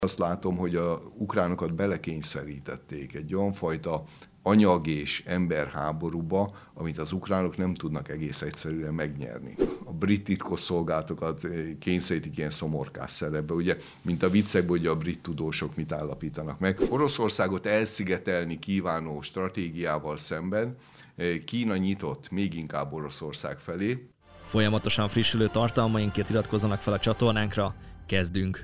Azt látom, hogy a ukránokat belekényszerítették egy olyan fajta anyag és emberháborúba, amit az ukránok nem tudnak egész egyszerűen megnyerni. A brit titkosszolgálatokat kényszerítik ilyen szomorkás szerepbe, ugye, mint a viccekben, hogy a brit tudósok mit állapítanak meg. Oroszországot elszigetelni kívánó stratégiával szemben Kína nyitott még inkább Oroszország felé. Folyamatosan frissülő tartalmainkért iratkozzanak fel a csatornánkra, kezdünk!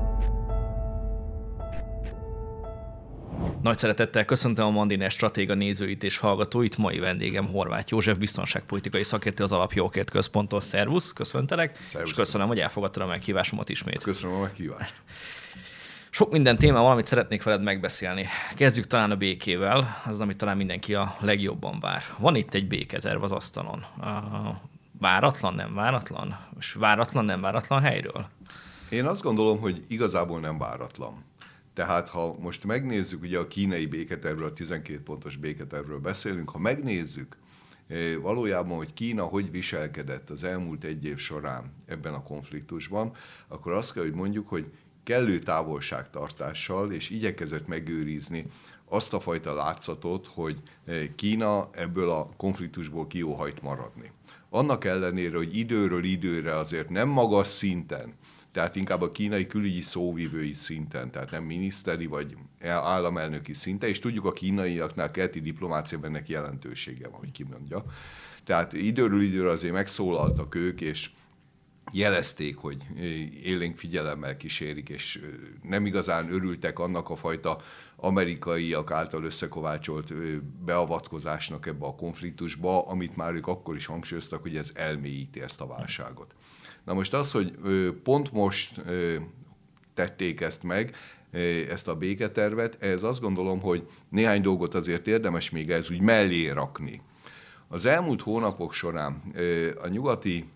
Nagy szeretettel köszöntöm a Mandiner Stratéga nézőit és hallgatóit. Mai vendégem Horváth József, biztonságpolitikai szakértő az Alapjókért Központtól. Szervusz, köszöntelek, Szervusz. És köszönöm, hogy elfogadtad a meghívásomat ismét. Köszönöm a meghívást. Sok minden témával, amit szeretnék veled megbeszélni. Kezdjük talán a békével, az, amit talán mindenki a legjobban vár. Van itt egy béketerv az asztalon. Váratlan, nem váratlan? És váratlan, nem váratlan helyről? Én azt gondolom, hogy igazából nem váratlan. Tehát ha most megnézzük, ugye a kínai béketervről, a 12 pontos béketervről beszélünk, ha megnézzük valójában, hogy Kína hogy viselkedett az elmúlt egy év során ebben a konfliktusban, akkor azt kell, hogy mondjuk, hogy kellő távolságtartással és igyekezett megőrizni azt a fajta látszatot, hogy Kína ebből a konfliktusból kióhajt maradni. Annak ellenére, hogy időről időre azért nem magas szinten, tehát inkább a kínai külügyi szóvivői szinten, tehát nem miniszteri vagy államelnöki szinten, és tudjuk, a kínaiaknál keleti diplomáciában ennek jelentősége van, hogy kimondja. Tehát időről időre azért megszólaltak ők, és jelezték, hogy élénk figyelemmel kísérik, és nem igazán örültek annak a fajta amerikaiak által összekovácsolt beavatkozásnak ebbe a konfliktusba, amit már ők akkor is hangsúlyoztak, hogy ez elmélyíti ezt a válságot. Na most az, hogy pont most tették ezt meg, ezt a béketervet, ehhez azt gondolom, hogy néhány dolgot azért érdemes még ez úgy mellé rakni. Az elmúlt hónapok során a nyugati,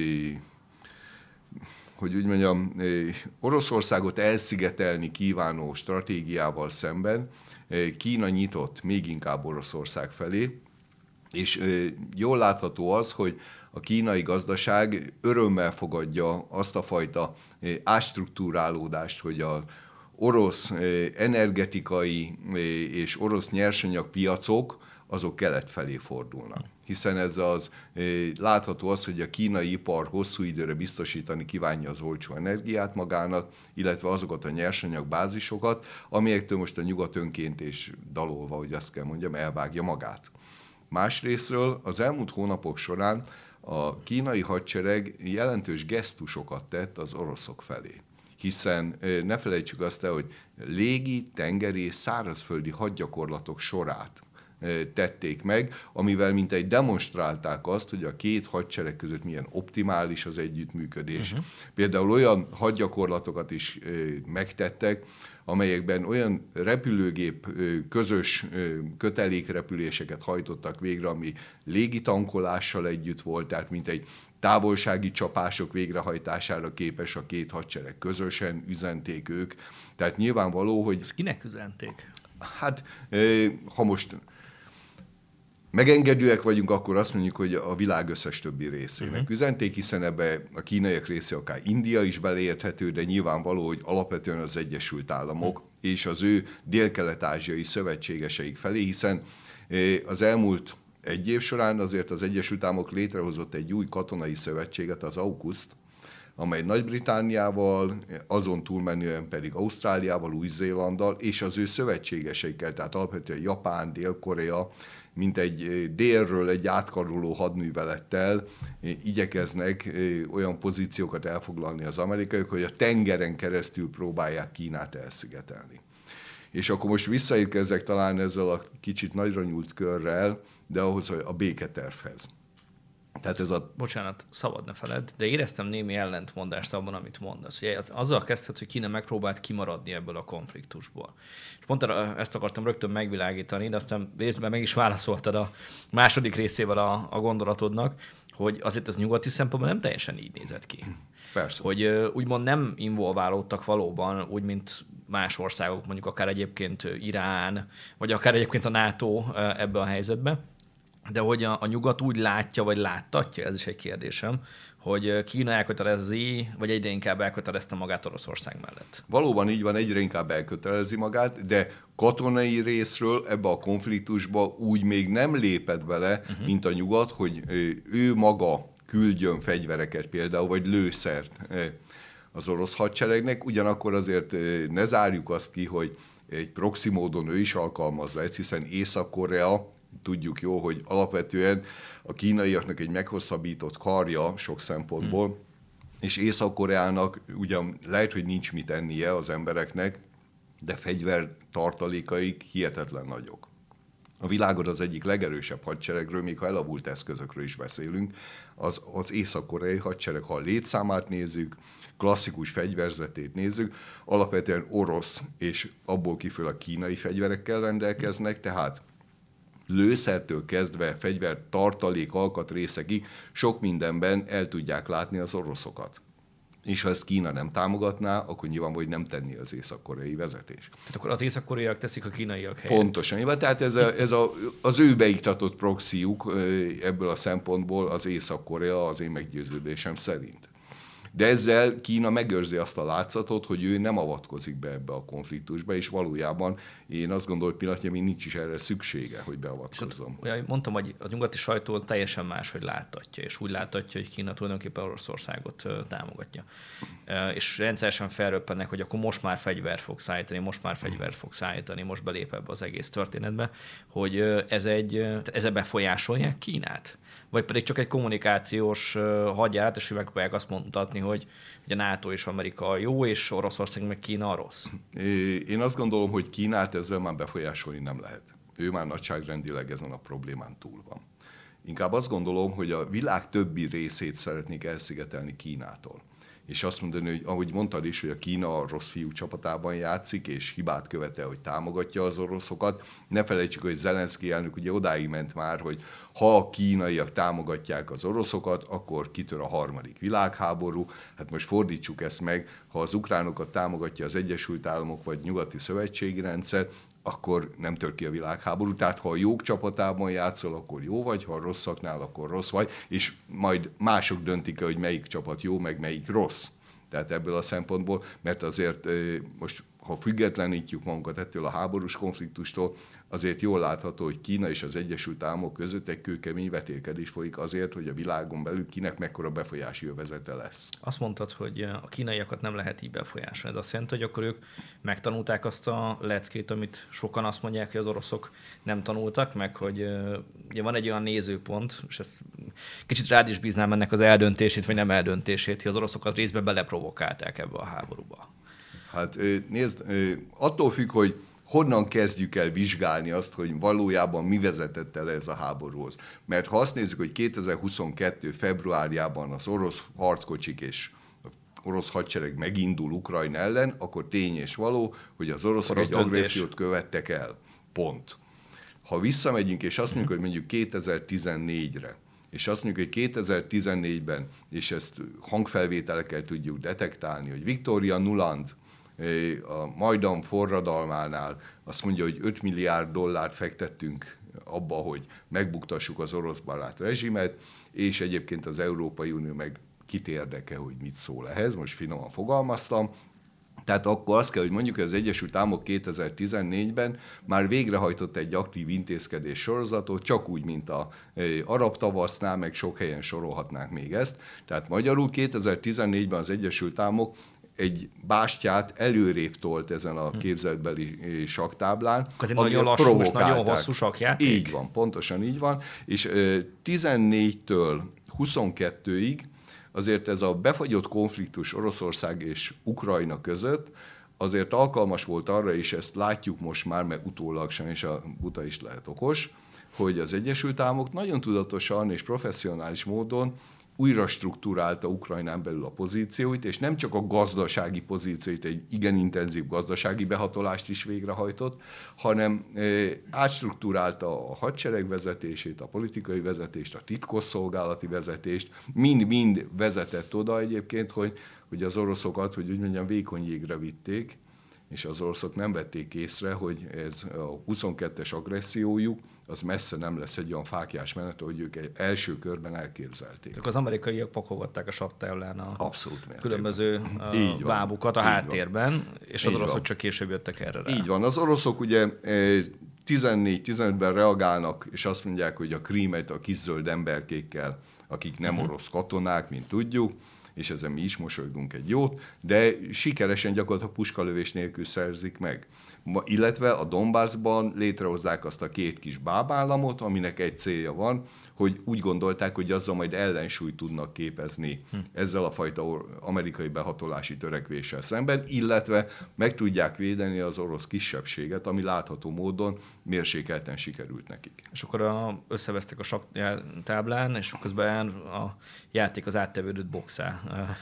hogy úgy mondjam, Oroszországot elszigetelni kívánó stratégiával szemben Kína nyitott még inkább Oroszország felé, és jól látható az, hogy a kínai gazdaság örömmel fogadja azt a fajta átstruktúrálódást, hogy az orosz energetikai és orosz nyersanyagpiacok azok kelet felé fordulnak. Hiszen ez az látható az, hogy a kínai ipar hosszú időre biztosítani kívánja az olcsó energiát magának, illetve azokat a nyersanyagbázisokat, amelyektől most a nyugat önként és dalolva, hogy azt kell mondjam, elvágja magát. Másrésztről az elmúlt hónapok során a kínai hadsereg jelentős gesztusokat tett az oroszok felé. Hiszen ne felejtsük azt el, hogy légi, tengeri és szárazföldi hadgyakorlatok sorát tették meg, amivel mintegy demonstrálták azt, hogy a két hadsereg között milyen optimális az együttműködés. Például olyan hadgyakorlatokat is megtettek, amelyekben olyan repülőgép közös kötelékrepüléseket hajtottak végre, ami légitankolással együtt volt, tehát mintegy távolsági csapások végrehajtására képes a két hadsereg közösen, üzenték ők. Tehát nyilvánvaló, hogy... Ezt kinek üzenték? Hát, ha most megengedőek vagyunk, akkor azt mondjuk, hogy a világ összes többi részének üzenték, hiszen ebbe a kínaiak része akár India is beleérthető, de nyilvánvaló, hogy alapvetően az Egyesült Államok és az ő dél-kelet-ázsiai szövetségeseik felé, hiszen az elmúlt egy év során azért az Egyesült Államok létrehozott egy új katonai szövetséget, az AUKUS-t, amely Nagy-Britanniával, azon túlmenően pedig Ausztráliával, Új-Zélanddal és az ő szövetségeseikkel, tehát alapvetően Japán, Dél-Korea, mint egy délről egy átkaroló hadművelettel igyekeznek olyan pozíciókat elfoglalni az amerikaiak, hogy a tengeren keresztül próbálják Kínát elszigetelni. És akkor most visszaérkezzek talán ezzel a kicsit nagyra nyúlt körrel, de ahhoz a béketervhez. Tehát ez a... Bocsánat, szabad ne feled, de éreztem némi ellentmondást abban, amit mondasz. Ugye azzal kezdhet, hogy Kína megpróbált kimaradni ebből a konfliktusból. És pont ezt akartam rögtön megvilágítani, de aztán részben meg is válaszoltad a második részével a gondolatodnak, hogy azért ez nyugati szempontból nem teljesen így nézett ki. Persze. Hogy úgymond nem involválódtak valóban, úgy, mint más országok, mondjuk akár egyébként Irán, vagy akár egyébként a NATO ebbe a helyzetbe, de hogy a nyugat úgy látja, vagy láttatja, ez is egy kérdésem, hogy Kína elkötelezi, vagy egyre inkább elkötelezte magát Oroszország mellett. Valóban így van, egyre inkább elkötelezi magát, de katonai részről ebbe a konfliktusba úgy még nem lépett bele, mint a nyugat, hogy ő maga küldjön fegyvereket például, vagy lőszert az orosz hadseregnek. Ugyanakkor azért ne zárjuk azt ki, hogy egy proxy módon ő is alkalmazza ezt, hiszen Észak-Korea, tudjuk jó, hogy alapvetően a kínaiaknak egy meghosszabbított karja sok szempontból, és Észak-Koreának ugyan lehet, hogy nincs mit ennie az embereknek, de fegyvertartalékaik hihetetlen nagyok. A világon az egyik legerősebb hadseregről, még ha elavult eszközökről is beszélünk, az észak-koreai hadsereg, ha a létszámát nézzük, klasszikus fegyverzetét nézzük, alapvetően orosz és abból kiföl a kínai fegyverekkel rendelkeznek, tehát lőszertől kezdve fegyvertartalék alkatrészekig sok mindenben el tudják látni az oroszokat. És ha ezt Kína nem támogatná, akkor nyilvánvalóan, hogy nem tenni az észak-koreai vezetés. Tehát akkor az észak-koreaiak teszik a kínaiak helyett. Pontosan. Tehát az ő beiktatott proxyjuk ebből a szempontból az Észak-Korea az én meggyőződésem szerint. De ezzel Kína megőrzi azt a látszatot, hogy ő nem avatkozik be ebbe a konfliktusba, és valójában én azt gondolom, hogy pillanatnyilag még nincs is erre szüksége, hogy beavatkozzon. Mondtam, hogy a nyugati sajtó teljesen máshogy láttatja, és úgy láttatja, hogy Kína tulajdonképpen Oroszországot támogatja. És rendszeresen felröppennek, hogy akkor most már fegyvert fog szállítani, most belép ebbe az egész történetbe, hogy ez befolyásolják Kínát? Vagy pedig csak egy kommunikációs hadjárat, és megpróbálják azt mutatni, hogy a NATO és Amerika jó, és Oroszország meg Kína rossz. Én azt gondolom, hogy Kínát ezzel már befolyásolni nem lehet. Ő már nagyságrendileg ezen a problémán túl van. Inkább azt gondolom, hogy a világ többi részét szeretnék elszigetelni Kínától. És azt mondani, hogy ahogy mondtad is, hogy a Kína a rossz fiú csapatában játszik, és hibát követel, hogy támogatja az oroszokat. Ne felejtsük, hogy Zelenszky elnök ugye odáig ment már, hogy ha a kínaiak támogatják az oroszokat, akkor kitör a harmadik világháború. Hát most fordítsuk ezt meg, ha az ukránokat támogatja az Egyesült Államok vagy nyugati szövetségi rendszer, akkor nem tör ki a világháború. Tehát ha a jók csapatában játszol, akkor jó vagy, ha a rosszaknál, akkor rossz vagy, és majd mások döntik el, hogy melyik csapat jó, meg melyik rossz. Tehát ebből a szempontból, mert azért most, ha függetlenítjük magunkat ettől a háborús konfliktustól, azért jól látható, hogy Kína és az Egyesült Államok között egy kőkemény vetélkedés folyik azért, hogy a világon belül kinek mekkora befolyási övezete lesz. Azt mondtad, hogy a kínaiakat nem lehet így befolyásolni, de azt jelenti, hogy akkor ők megtanulták azt a leckét, amit sokan azt mondják, hogy az oroszok nem tanultak, meg hogy ugye van egy olyan nézőpont, és ezt kicsit rád is bíznám ennek az eldöntését, vagy nem eldöntését, hogy az oroszokat részben beleprovokálták ebbe a háborúba. Hát nézd, attól függ, hogy honnan kezdjük el vizsgálni azt, hogy valójában mi vezetett el ez a háborúhoz. Mert ha azt nézzük, hogy 2022. februárjában az orosz harckocsik és orosz hadsereg megindul Ukrajna ellen, akkor tény és való, hogy az oroszok egy agressziót követtek el. Pont. Ha visszamegyünk és azt mondjuk, hogy mondjuk 2014-re, és azt mondjuk, hogy 2014-ben, és ezt hangfelvételekkel tudjuk detektálni, hogy Victoria Nuland a Majdan forradalmánál azt mondja, hogy 5 milliárd dollárt fektettünk abba, hogy megbuktassuk az orosz barát rezsimet, és egyébként az Európai Unió meg kit érdekel, hogy mit szól ehhez, most finoman fogalmaztam. Tehát akkor azt kell, hogy mondjuk, hogy az Egyesült Államok 2014-ben már végrehajtott egy aktív intézkedés sorozatot, csak úgy, mint az arab tavasznál, meg sok helyen sorolhatnánk még ezt. Tehát magyarul 2014-ben az Egyesült Államok egy bástyát előrébb tolt ezen a képzeletbeli saktáblán. Ez egy nagyon lassú és nagyon hosszú sakjáték. Így van, pontosan így van. És 14-től 22-ig azért ez a befagyott konfliktus Oroszország és Ukrajna között azért alkalmas volt arra, és ezt látjuk most már, mert utólag sem, és a buta is lehet okos, hogy az Egyesült Államok nagyon tudatosan és professzionális módon újra struktúrálta Ukrajnán belül a pozícióit, és nem csak a gazdasági pozícióit, egy igen intenzív gazdasági behatolást is végrehajtott, hanem átstruktúrálta a hadsereg vezetését, a politikai vezetést, a titkosszolgálati vezetést, mind vezetett oda egyébként, hogy az oroszokat, hogy úgy mondjam, vékony jégre vitték, és az oroszok nem vették észre, hogy ez a 22-es agressziójuk, az messze nem lesz egy olyan fáklyás menet, hogy ők első körben elképzelték. Tehát az amerikaiak pakolgatták a sakktáblán a Abszolút különböző bábukat a háttérben, és az oroszok csak később jöttek erre rá. Így van. Az oroszok ugye 14-15-ben reagálnak, és azt mondják, hogy a Krímet a kis zöld emberkékkel, akik nem orosz katonák, mint tudjuk, és ezen mi is mosolygunk egy jót, de sikeresen gyakorlatilag puskalövés nélkül szerzik meg. Illetve a Donbassban létrehozzák azt a két kis bábállamot, aminek egy célja van, hogy úgy gondolták, hogy azzal majd ellensúlyt tudnak képezni ezzel a fajta amerikai behatolási törekvéssel szemben, illetve meg tudják védeni az orosz kisebbséget, ami látható módon mérsékelten sikerült nekik. És akkor összevesztek a sakktáblán, és közben a játék az áttevődött boxá.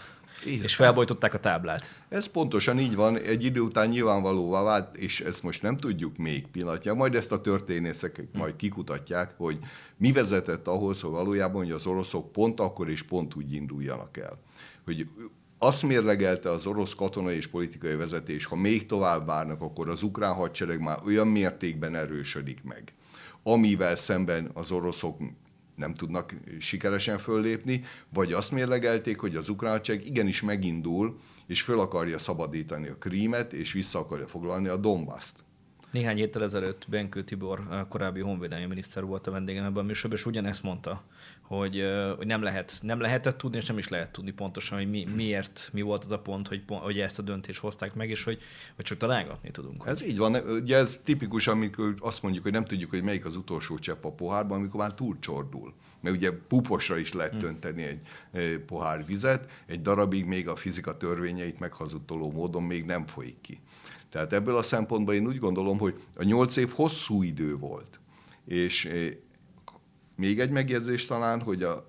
És felbojtották a táblát. Ez pontosan így van, egy idő után nyilvánvalóvá vált, és ezt most nem tudjuk még pillanatja, majd ezt a történészek majd kikutatják, hogy mi vezetett ahhoz, hogy valójában hogy az oroszok pont akkor és pont úgy induljanak el. Hogy azt mérlegelte az orosz katonai és politikai vezetés, ha még tovább várnak, akkor az ukrán hadsereg már olyan mértékben erősödik meg, amivel szemben az oroszok nem tudnak sikeresen föllépni, vagy azt mérlegelték, hogy az ukrán hadsereg igenis megindul, és föl akarja szabadítani a Krímet, és vissza akarja foglalni a Donbaszt. Néhány héttel ezelőtt Benkő Tibor, korábbi honvédelmi miniszter volt a vendégem ebben a műsorban, és ugyanezt mondta, hogy nem lehetett tudni, és nem is lehet tudni pontosan, hogy miért, mi volt az a pont, hogy ezt a döntést hozták meg, és hogy csak találgatni tudunk. Ez így van. Ugye ez tipikus, amikor azt mondjuk, hogy nem tudjuk, hogy melyik az utolsó csepp a pohárban, amikor már túlcsordul. Mert ugye puposra is lehet tönteni egy pohár vizet, egy darabig még a fizika törvényeit meghazudtoló módon még nem folyik ki. Tehát ebből a szempontból én úgy gondolom, hogy a 8 év hosszú idő volt. És még egy megjegyzés talán, hogy a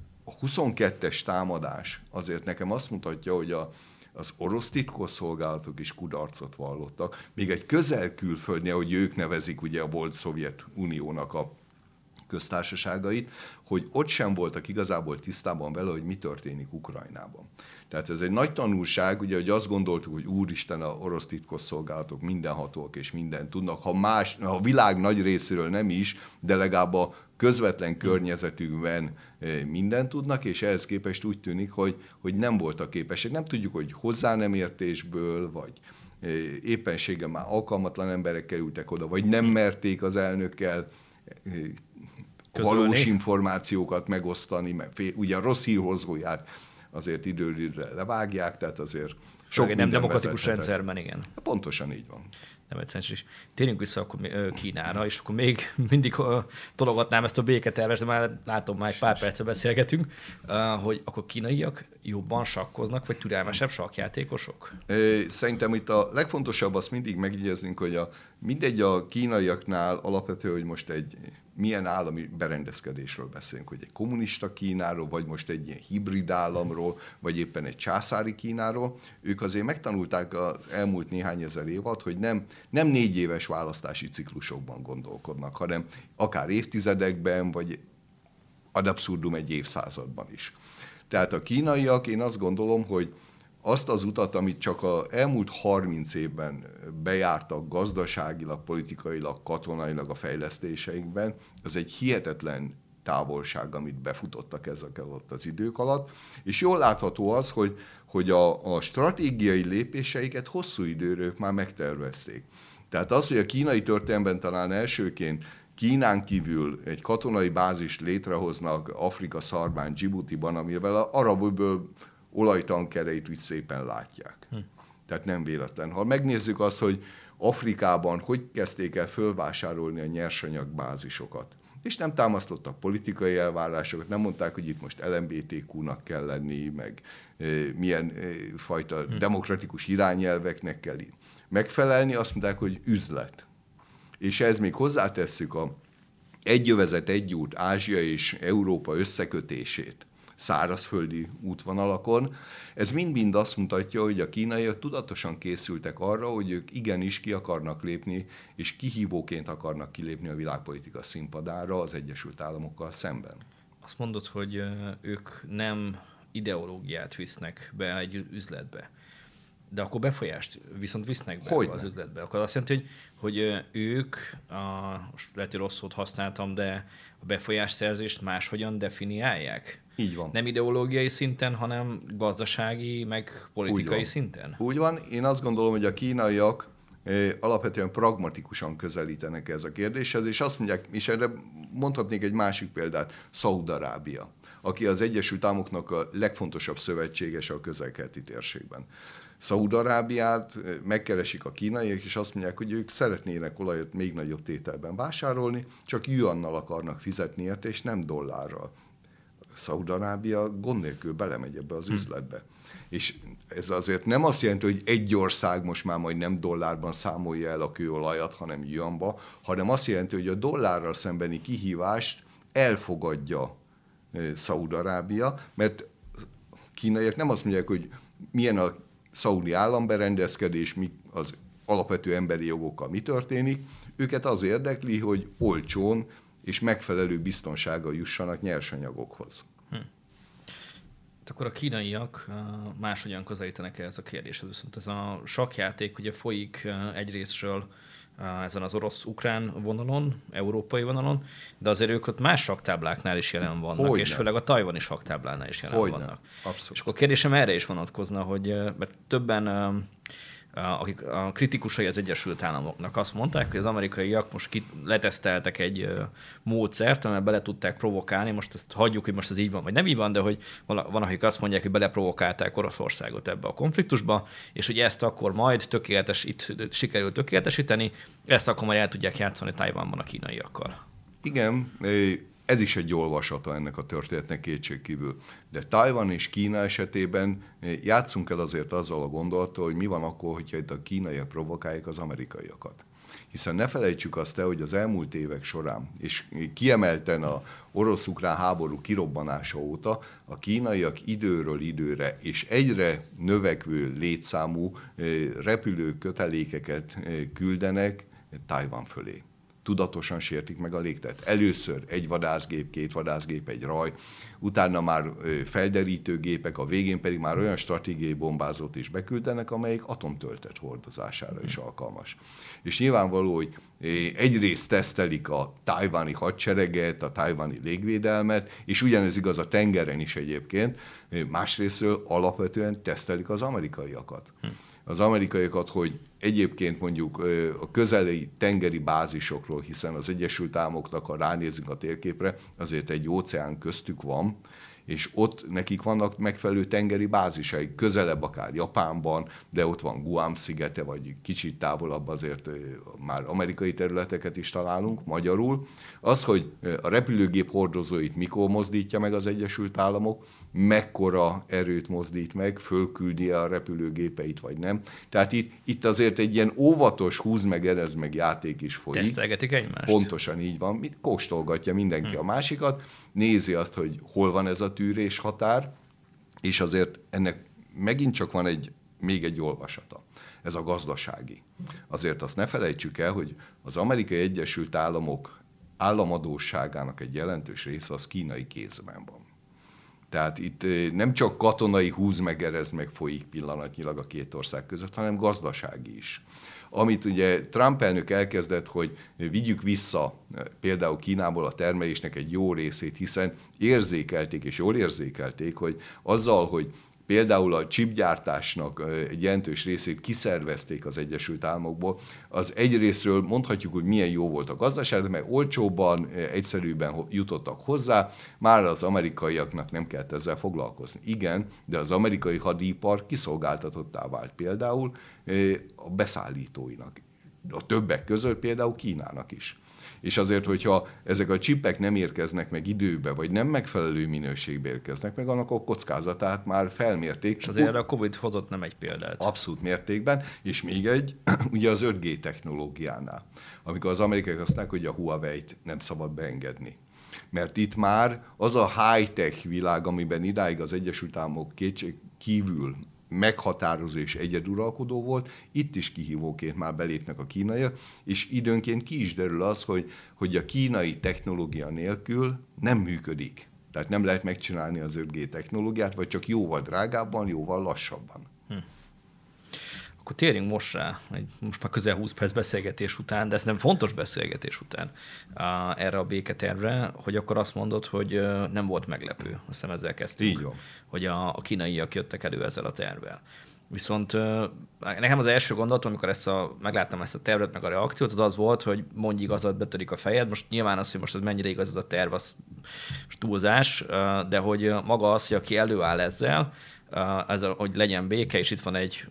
22-es támadás azért nekem azt mutatja, hogy az orosz titkosszolgálatok is kudarcot vallottak. Még egy közel-külföldnél, ahogy ők nevezik ugye a volt Szovjetuniónak a köztársaságait, hogy ott sem voltak igazából tisztában vele, hogy mi történik Ukrajnában. Tehát ez egy nagy tanulság, ugye, hogy azt gondoltuk, hogy úristen, a orosz titkosszolgálatok mindenhatóak és mindent tudnak, ha a világ nagy részéről nem is, de legalább a közvetlen környezetükben mindent tudnak, és ehhez képest úgy tűnik, hogy nem voltak képesek. Nem tudjuk, hogy hozzá nem értésből, vagy éppenséggel már alkalmatlan emberek kerültek oda, vagy nem merték az elnökkel valós információkat megosztani, mert ugye a rossz hírhozóját azért időre levágják, tehát azért sok nem demokratikus rendszerben, igen. Pontosan így van. Nem egyszerűen is. Térjünk vissza akkor Kínára, és akkor még mindig tologatnám ezt a béketervest, de már látom, már egy pár perce beszélgetünk, hogy akkor kínaiak jobban sakkoznak, vagy türelmesebb sakkjátékosok? Szerintem itt a legfontosabb azt mindig megjegyeznünk, hogy mindegy a kínaiaknál alapvető, hogy most milyen állami berendezkedésről beszélünk, hogy egy kommunista Kínáról, vagy most egy ilyen hibrid államról, vagy éppen egy császári Kínáról. Ők azért megtanulták az elmúlt néhány ezer év alatt, hogy nem 4 éves választási ciklusokban gondolkodnak, hanem akár évtizedekben, vagy ad abszurdum egy évszázadban is. Tehát a kínaiak, én azt gondolom, hogy azt az utat, amit csak az elmúlt 30 évben bejártak gazdaságilag, politikailag, katonailag a fejlesztéseikben, az egy hihetetlen távolság, amit befutottak ezek alatt az idők alatt, és jól látható az, hogy a stratégiai lépéseiket hosszú időről már megtervezték. Tehát az, hogy a kínai történelemben talán elsőként Kínán kívül egy katonai bázist létrehoznak Afrika szarván, Djiboutiban, amivel az arabból olajtankereit úgy szépen látják. Tehát nem véletlen. Ha megnézzük azt, hogy Afrikában hogy kezdték el fölvásárolni a nyersanyagbázisokat, és nem támasztottak politikai elvárásokat, nem mondták, hogy itt most LMBTQ-nak kell lenni, meg milyen fajta demokratikus irányelveknek kell megfelelni, azt mondták, hogy üzlet. És ehhez még hozzátesszük a egy övezet, egy út Ázsia és Európa összekötését szárazföldi útvonalakon. Ez mind-mind azt mutatja, hogy a kínaiak tudatosan készültek arra, hogy ők igenis ki akarnak lépni, és kihívóként akarnak kilépni a világpolitika színpadára az Egyesült Államokkal szemben. Azt mondod, hogy ők nem ideológiát visznek be egy üzletbe. De akkor befolyást viszont visznek be Hogyne. az üzletbe. Akkor azt jelenti, hogy ők, most lehet, hogy rossz szót használtam, de a befolyásszerzést máshogyan definiálják? Így van. Nem ideológiai szinten, hanem gazdasági, meg politikai szinten? Úgy van. Én azt gondolom, hogy a kínaiak alapvetően pragmatikusan közelítenek ez a kérdéshez, és azt mondják, és erre mondhatnék egy másik példát, Szaúd-Arábia, aki az Egyesült Államoknak a legfontosabb szövetségese a közel-keleti térségben. Szaúd-Arábiát megkeresik a kínaiak, és azt mondják, hogy ők szeretnének olajat még nagyobb tételben vásárolni, csak yuannal akarnak fizetni érte, és nem dollárral. Szaúd-Arábia gond nélkül belemegy ebbe az üzletbe. És ez azért nem azt jelenti, hogy egy ország most már majd nem dollárban számolja el a kőolajat, hanem yuanba, hanem azt jelenti, hogy a dollárral szembeni kihívást elfogadja Szaúd-Arábia, mert kínaiak nem azt mondják, hogy milyen a szaudi államberendezkedés, mi az alapvető emberi jogokkal mi történik, őket az érdekli, hogy olcsón és megfelelő biztonsággal jussanak nyersanyagokhoz. Akkor a kínaiak máshogyan közelítenek ehhez a kérdéshez. Viszont ez a sakkjáték ugye folyik egyrésztről ezen az orosz-ukrán vonalon, európai vonalon, de azért ők ott más saktábláknál is jelen vannak, Hogyne. és főleg a tajvani saktáblánál is jelen vannak. Abszolút. És akkor a kérdésem erre is vonatkozna, hogy mert többen akik a kritikusai az Egyesült Államoknak azt mondták, hogy az amerikaiak most leteszteltek egy módszert, amivel bele tudták provokálni, most ezt hagyjuk, hogy most ez így van, vagy nem így van, de hogy van, akik azt mondják, hogy beleprovokálták Oroszországot ebbe a konfliktusba, és hogy ezt akkor majd itt sikerült tökéletesíteni, ezt akkor majd el tudják játszani Tajvanban a kínaiakkal. Igen, ez is egy olvasata ennek a történetnek kétségkívül. De Tajvan és Kína esetében játszunk el azért azzal a gondolattal, hogy mi van akkor, hogyha itt a kínaiak provokálják az amerikaiakat. Hiszen ne felejtsük azt el, hogy az elmúlt évek során, és kiemelten a orosz-ukrán háború kirobbanása óta a kínaiak időről időre és egyre növekvő létszámú repülőkötelékeket küldenek Tajvan fölé. Tudatosan sértik meg a légteret. Először egy vadászgép, 2 vadászgép, egy raj, utána már felderítőgépek, a végén pedig már olyan stratégiai bombázót is beküldenek, amelyik atomtöltet hordozására is alkalmas. És nyilvánvaló, hogy egyrészt tesztelik a tajvani hadsereget, a tajvani légvédelmet, és ugyanez igaz a tengeren is egyébként, másrésztről alapvetően tesztelik az amerikaiakat. Az amerikaiakat, hogy egyébként mondjuk a közeli tengeri bázisokról, hiszen az Egyesült Államoknak, ha ránézünk a térképre, azért egy óceán köztük van, és ott nekik vannak megfelelő tengeri bázisai, közelebb akár Japánban, de ott van Guam szigete, vagy kicsit távolabb azért már amerikai területeket is találunk, magyarul. Az, hogy a repülőgép hordozóit mikor mozdítja meg az Egyesült Államok, mekkora erőt mozdít meg, fölküldi a repülőgépeit, vagy nem. Tehát itt azért egy ilyen óvatos húz meg, erez meg játék is folyik. Tesztelgetik egymást. Pontosan így van. Kóstolgatja mindenki a másikat, nézi azt, hogy hol van ez a tűrés határ, és azért ennek megint csak van még egy olvasata. Ez a gazdasági. Azért azt ne felejtsük el, hogy az Amerikai Egyesült Államok államadósságának egy jelentős része az kínai kézben van. Tehát itt nem csak katonai húz meg, erez meg folyik pillanatnyilag a két ország között, hanem gazdasági is. Amit ugye Trump elnök elkezdett, hogy vigyük vissza például Kínából a termelésnek egy jó részét, hiszen érzékelték, és jól érzékelték, hogy azzal, hogy például a chipgyártásnak egy jelentős részét kiszervezték az Egyesült Államokból, az egyrészről mondhatjuk, hogy milyen jó volt a gazdaság, mert olcsóbban, egyszerűbben jutottak hozzá, már az amerikaiaknak nem kellett ezzel foglalkozni. Igen, de az amerikai hadipar kiszolgáltatottá vált például a beszállítóinak. A többek között például Kínának is. És azért, hogyha ezek a csipek nem érkeznek meg időbe, vagy nem megfelelő minőségbe érkeznek meg, annak a kockázatát már felmérték. És azért a Covid hozott nem egy példát. Abszolút mértékben, és még egy, ugye az 5G technológiánál, amikor az amerikaiak azt mondják, hogy a Huawei-t nem szabad beengedni. Mert itt már az a high-tech világ, amiben idáig az Egyesült Államok kétség kívül meghatározó és egyeduralkodó volt, itt is kihívóként már belépnek a kínaiak, és időnként ki is derül az, hogy a kínai technológia nélkül nem működik. Tehát nem lehet megcsinálni az 5G technológiát, vagy csak jóval drágábban, jóval lassabban. Akkor térjünk most rá, most már közel 20 perc beszélgetés után, de ez nem fontos beszélgetés után erre a béketervre, hogy akkor azt mondod, hogy nem volt meglepő. Azt hiszem ezzel kezdtünk, hogy a kínaiak jöttek elő ezzel a tervvel. Viszont nekem az első gondolatom, amikor megláttam ezt a tervet, meg a reakciót, az volt, hogy mondj igazat, betörik a fejed. Most nyilván az, hogy most ez mennyire igaz ez a terv, az túlzás, de hogy maga az, hogy aki előáll ezzel, hogy legyen béke, és itt van egy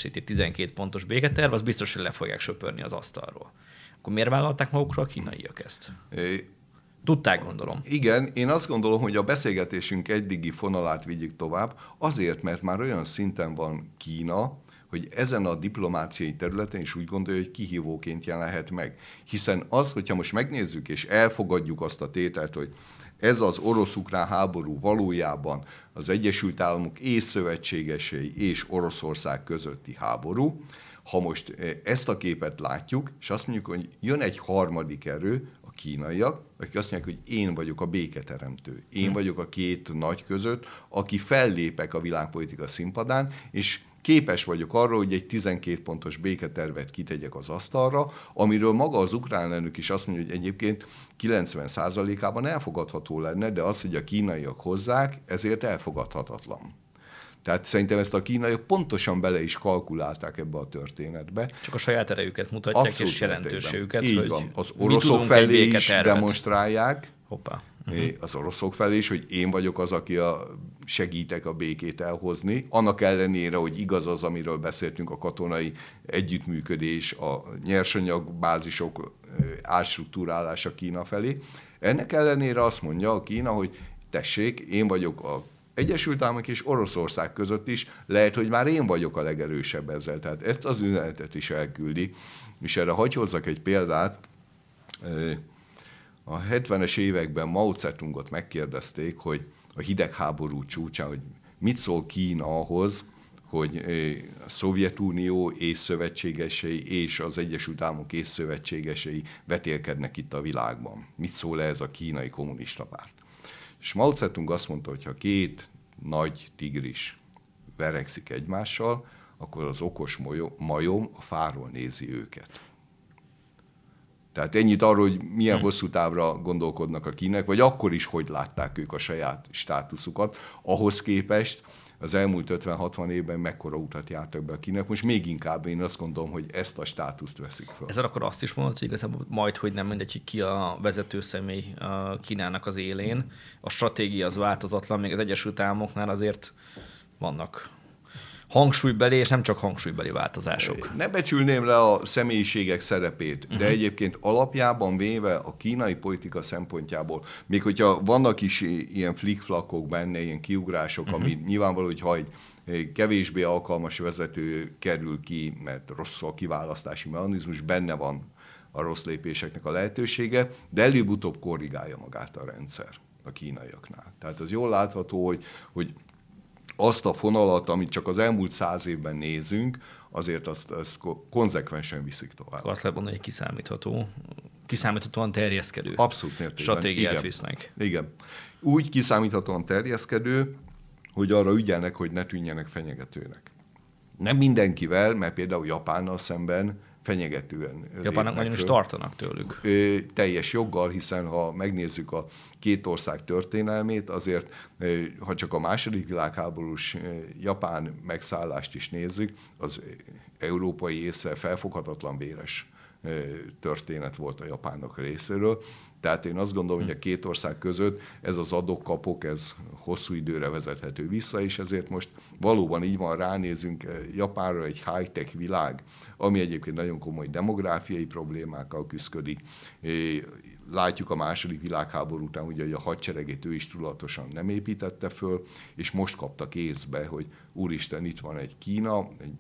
12 pontos béketerv, az biztos, hogy le fogják söpörni az asztalról. Akkor miért vállalták magukra a kínaiak ezt? Tudták, gondolom. Igen, én azt gondolom, hogy a beszélgetésünk eddigi fonalát vigyük tovább, azért, mert már olyan szinten van Kína, hogy ezen a diplomáciai területen is úgy gondolja, hogy kihívóként jelenhet meg. Hiszen az, hogyha most megnézzük és elfogadjuk azt a tételt, hogy ez az orosz-ukrán háború valójában az Egyesült Államok és szövetségesei és Oroszország közötti háború, ha most ezt a képet látjuk, és azt mondjuk, hogy jön egy harmadik erő, a kínaiak, akik azt mondják, hogy én vagyok a béketeremtő. Én vagyok a két nagy között, aki fellépek a világpolitika színpadán, és képes vagyok arra, hogy egy 12 pontos béketervet kitegyek az asztalra, amiről maga az ukrán elnök is azt mondja, hogy egyébként 90%-ában elfogadható lenne, de az, hogy a kínaiak hozzák, ezért elfogadhatatlan. Tehát szerintem ezt a kínaiak pontosan bele is kalkulálták ebbe a történetbe. Csak a saját erejüket mutatják, abszolút és jelentőségüket. Így van. Az oroszok felé is demonstrálják. Hoppá. Az oroszok felé is, hogy én vagyok az, aki segítek a békét elhozni. Annak ellenére, hogy igaz az, amiről beszéltünk, a katonai együttműködés, a nyersanyagbázisok átstruktúrálása Kína felé. Ennek ellenére azt mondja a Kína, hogy tessék, én vagyok a Egyesült Államok és Oroszország között is, lehet, hogy már én vagyok a legerősebb ezzel. Tehát ezt az üzenetet is elküldi. És erre hagy hozzak egy példát. A 70-es években Mao Zedongot megkérdezték, hogy a hidegháború csúcsán, hogy mit szól Kína ahhoz, hogy a Szovjetunió és szövetségesei és az Egyesült Államok és szövetségesei vetélkednek itt a világban. Mit szól ez a kínai kommunista párt? És Mao Zedong azt mondta, hogy ha két nagy tigris verekszik egymással, akkor az okos majom a fáról nézi őket. Tehát ennyit arról, hogy milyen hosszú távra gondolkodnak a kínaiak, vagy akkor is, hogy látták ők a saját státuszukat. Ahhoz képest az elmúlt 50-60 évben mekkora utat jártak be a kínaiak, most még inkább én azt gondolom, hogy ezt a státuszt veszik fel. Ezzel akkor azt is mondod, hogy igazából majd, hogy nem mindegy, hogy ki a vezető személy Kínának az élén. A stratégia az változatlan, még az Egyesült Államoknál azért vannak hangsúlybeli, és nem csak hangsúlybeli változások. Ne becsülném le a személyiségek szerepét, de egyébként alapjában véve a kínai politika szempontjából, még hogyha vannak is ilyen flick-flakok benne, ilyen kiugrások, ami nyilvánvaló, hogy ha egy kevésbé alkalmas vezető kerül ki, mert rossz a kiválasztási mechanizmus, benne van a rossz lépéseknek a lehetősége, de előbb-utóbb korrigálja magát a rendszer a kínaiaknál. Tehát az jól látható, hogy azt a fonalat, amit csak az elmúlt 100 évben nézünk, azért azt konzekvensen viszik tovább. Azt lehet mondani, hogy kiszámíthatóan terjeszkedő stratégiát visznek. Igen. Úgy kiszámíthatóan terjeszkedő, hogy arra ügyelnek, hogy ne tűnjenek fenyegetőnek. Nem mindenkivel, mert például Japánnal szemben fenyegetően. Japánnak nagyon is tartanak tőlük. Teljes joggal, hiszen ha megnézzük a két ország történelmét, azért ha csak a második világháborús japán megszállást is nézzük, az európai észre felfoghatatlan véres történet volt a japánok részéről. Tehát én azt gondolom, hogy a két ország között ez az adok-kapok, ez hosszú időre vezethető vissza, és ezért most valóban így van, ránézünk Japánra, egy high-tech világ, ami egyébként nagyon komoly demográfiai problémákkal küszködik. Látjuk a második világháború után, ugye, hogy a hadseregét ő is tudatosan nem építette föl, és most kaptak észbe, hogy úristen, itt van egy Kína, egy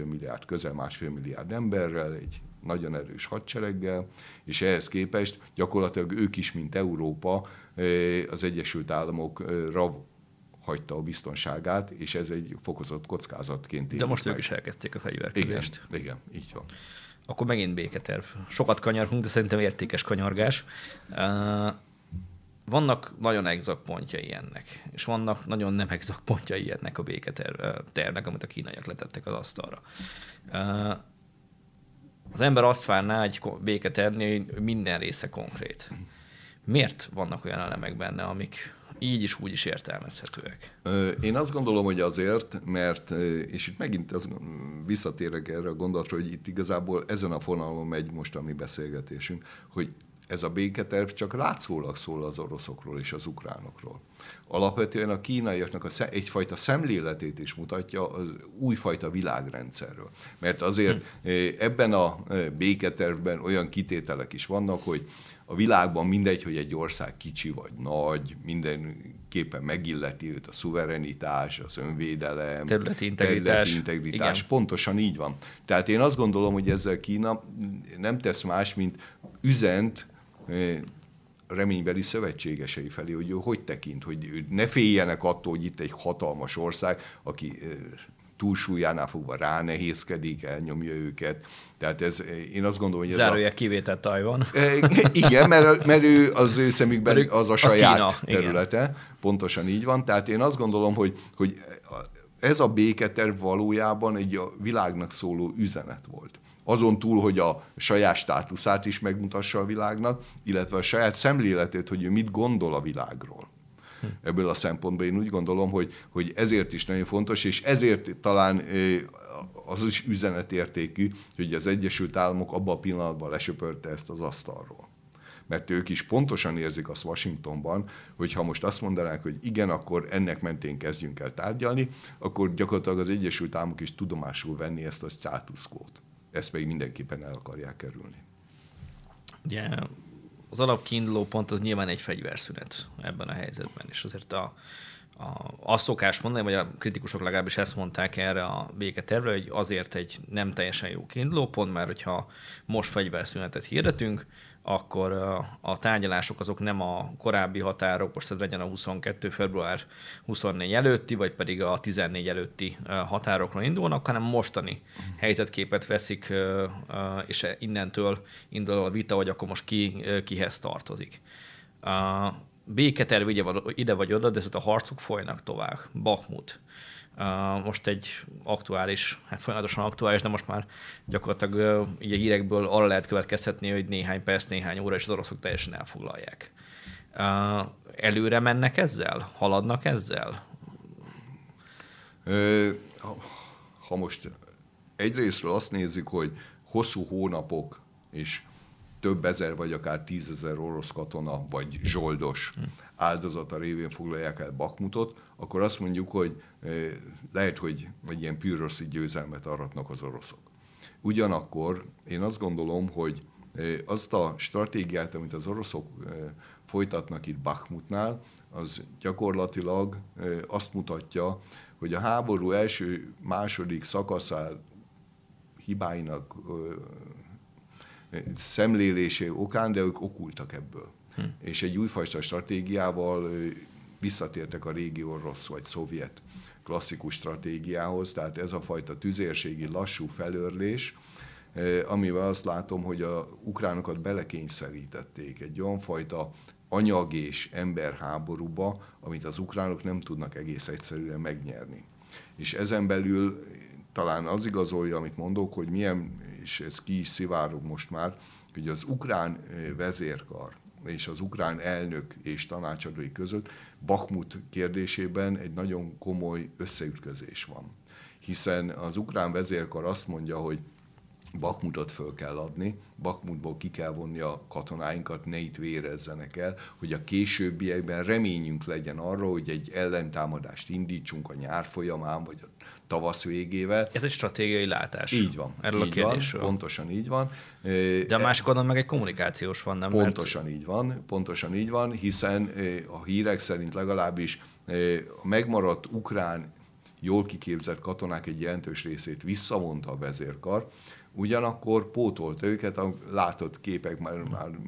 közel másfél milliárd emberrel, egy nagyon erős hadsereggel, és ehhez képest gyakorlatilag ők is, mint Európa, az Egyesült Államokra hagyta a biztonságát, és ez egy fokozott kockázatként. De most ők is elkezdték a fegyverkezést. Igen, így van. Akkor megint béketerv. Sokat kanyarunk, de szerintem értékes kanyargás. vannak nagyon exakt pontjai ennek, és vannak nagyon nem exakt pontjai ennek a béketervnek, amit a kínaiak letettek az asztalra. Az ember azt várná egy béketervnél, hogy minden része konkrét. Miért vannak olyan elemek benne, amik így is úgy is értelmezhetőek? Én azt gondolom, hogy azért, mert, és itt megint visszatérek erre a gondolatra, hogy itt igazából ezen a fonalon megy most a mi beszélgetésünk, hogy ez a béketerv csak látszólag szól az oroszokról és az ukránokról. Alapvetően a kínaiaknak egyfajta szemléletét is mutatja az újfajta világrendszerről. Mert azért ebben a béketervben olyan kitételek is vannak, hogy a világban mindegy, hogy egy ország kicsi vagy nagy, mindenképpen megilleti őt a szuverenitás, az önvédelem, területi integritás. Pontosan így van. Tehát én azt gondolom, hogy ezzel Kína nem tesz más, mint üzent reménybeli szövetségesei felé, hogy tekint, hogy ne féljenek attól, hogy itt egy hatalmas ország, aki túlsúlyánál fogva ránehézkedik, elnyomja őket. Tehát én azt gondolom, hogy ez zárójel kivétel Tajvan. Igen, mert ő az ő szemükben az a saját Kína, területe. Igen. Pontosan így van. Tehát én azt gondolom, hogy ez a béketerv valójában egy a világnak szóló üzenet volt. Azon túl, hogy a saját státuszát is megmutassa a világnak, illetve a saját szemléletét, hogy ő mit gondol a világról. Ebből a szempontból én úgy gondolom, hogy ezért is nagyon fontos, és ezért talán az is üzenetértékű, hogy az Egyesült Államok abban a pillanatban lesöpörte ezt az asztalról. Mert ők is pontosan érzik azt Washingtonban, hogy ha most azt mondanák, hogy igen, akkor ennek mentén kezdjünk el tárgyalni, akkor gyakorlatilag az Egyesült Államok is tudomásul venni ezt a status quo-t. Ezt pedig mindenképpen el akarják kerülni. Ugye az alapkiinduló pont az nyilván egy fegyverszünet ebben a helyzetben, és azért azt szokás mondani, vagy a kritikusok legalábbis ezt mondták erre a béketervre, hogy azért egy nem teljesen jó kiinduló pont, mert hogyha most fegyverszünetet hirdetünk, akkor a tárgyalások azok nem a korábbi határok, most ez legyen a 22. február 24 előtti, vagy pedig a 14 előtti határokra indulnak, hanem mostani helyzetképet veszik, és innentől indul a vita, hogy akkor most kihez tartozik. Béketerv ide vagy oda, de a harcok folynak tovább. Bakhmut. Most egy aktuális, hát folyamatosan aktuális, de most már gyakorlatilag így a hírekből arra lehet következtetni, hogy néhány perc, néhány óra, és az oroszok teljesen elfoglalják. Előre mennek ezzel? Haladnak ezzel? Ha most egyrésztről azt nézzük, hogy hosszú hónapok és több ezer, vagy akár 10 000 orosz katona, vagy zsoldos áldozata révén foglalják el Bakhmutot, akkor azt mondjuk, hogy lehet, hogy egy ilyen pürroszi győzelmet aratnak az oroszok. Ugyanakkor én azt gondolom, hogy azt a stratégiát, amit az oroszok folytatnak itt Bakhmutnál, az gyakorlatilag azt mutatja, hogy a háború első-második szakaszán hibáinak szemlélésé okán, de ők okultak ebből. És egy újfajta stratégiával visszatértek a régi orosz vagy szovjet klasszikus stratégiához, tehát ez a fajta tüzérségi lassú felőrlés, amivel azt látom, hogy a ukránokat belekényszerítették egy olyan fajta anyag és emberháborúba, amit az ukránok nem tudnak egész egyszerűen megnyerni. És ezen belül talán az igazolja, amit mondok, hogy milyen, és ez ki is szivárog most már, hogy az ukrán vezérkar és az ukrán elnök és tanácsadói között Bakhmut kérdésében egy nagyon komoly összeütközés van. Hiszen az ukrán vezérkar azt mondja, hogy Bakhmutot föl kell adni, Bakhmutból ki kell vonni a katonáinkat, ne itt vérezzenek el, hogy a későbbiekben reményünk legyen arra, hogy egy ellentámadást indítsunk a nyár folyamán, vagy a tavasz végével. Ez egy stratégiai látás. Így van. Erről így a kérdésről. Van, pontosan így van. De a másik oldalon meg egy kommunikációs van, nem? Pontosan így van, hiszen a hírek szerint legalábbis a megmaradt ukrán jól kiképzett katonák egy jelentős részét visszavonta a vezérkar, ugyanakkor pótolt őket, a látott képek már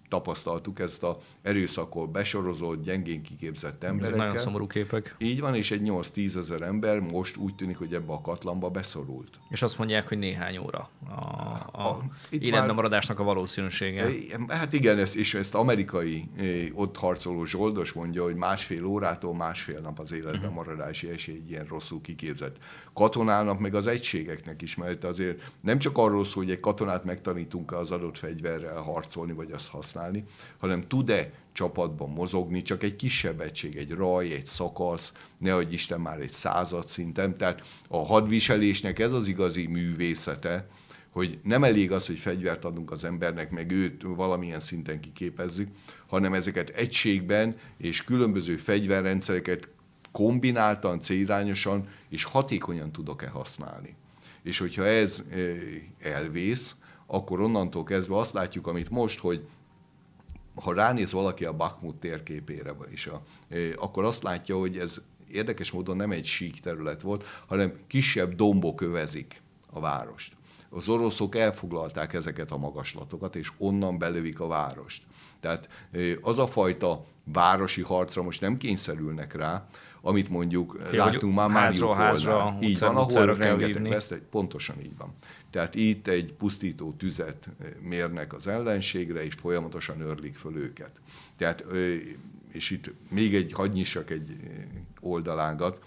tapasztaltuk ezt a erőszakol besorozott, gyengén kiképzett emberekkel. Ezek nagyon szomorú képek. Így van, és egy 8-10 ezer ember most úgy tűnik, hogy ebbe a katlanba beszorult. És azt mondják, hogy néhány óra a életben maradásnak a valószínűsége. Hát igen, és ezt amerikai ott harcoló zsoldos mondja, hogy 1,5 órától 1,5 nap az életben maradási esély egy ilyen rosszul kiképzett katonának, meg az egységeknek is, mert azért nem csak arról szól, hogy egy katonát megtanítunk az adott fegyverrel harcolni, vagy azt használni, hanem tud-e csapatban mozogni, csak egy kisebb egység, egy raj, egy szakasz, nehogy Isten már egy század szinten. Tehát a hadviselésnek ez az igazi művészete, hogy nem elég az, hogy fegyvert adunk az embernek, meg őt valamilyen szinten kiképezzük, hanem ezeket egységben és különböző fegyverrendszereket kombináltan, célirányosan és hatékonyan tudok-e használni. És hogyha ez elvész, akkor onnantól kezdve azt látjuk, amit most, hogy ha ránéz valaki a Bakhmut térképére, akkor azt látja, hogy ez érdekes módon nem egy sík terület volt, hanem kisebb dombok övezik a várost. Az oroszok elfoglalták ezeket a magaslatokat, és onnan belövik a várost. Tehát az a fajta városi harcra most nem kényszerülnek rá, amit mondjuk láttunk már Mariupolnál. Így van, ahol rengeteg vesztett, pontosan így van. Tehát itt egy pusztító tüzet mérnek az ellenségre, és folyamatosan örlik föl őket. Tehát, és itt még hadd nyissak egy oldalánkat,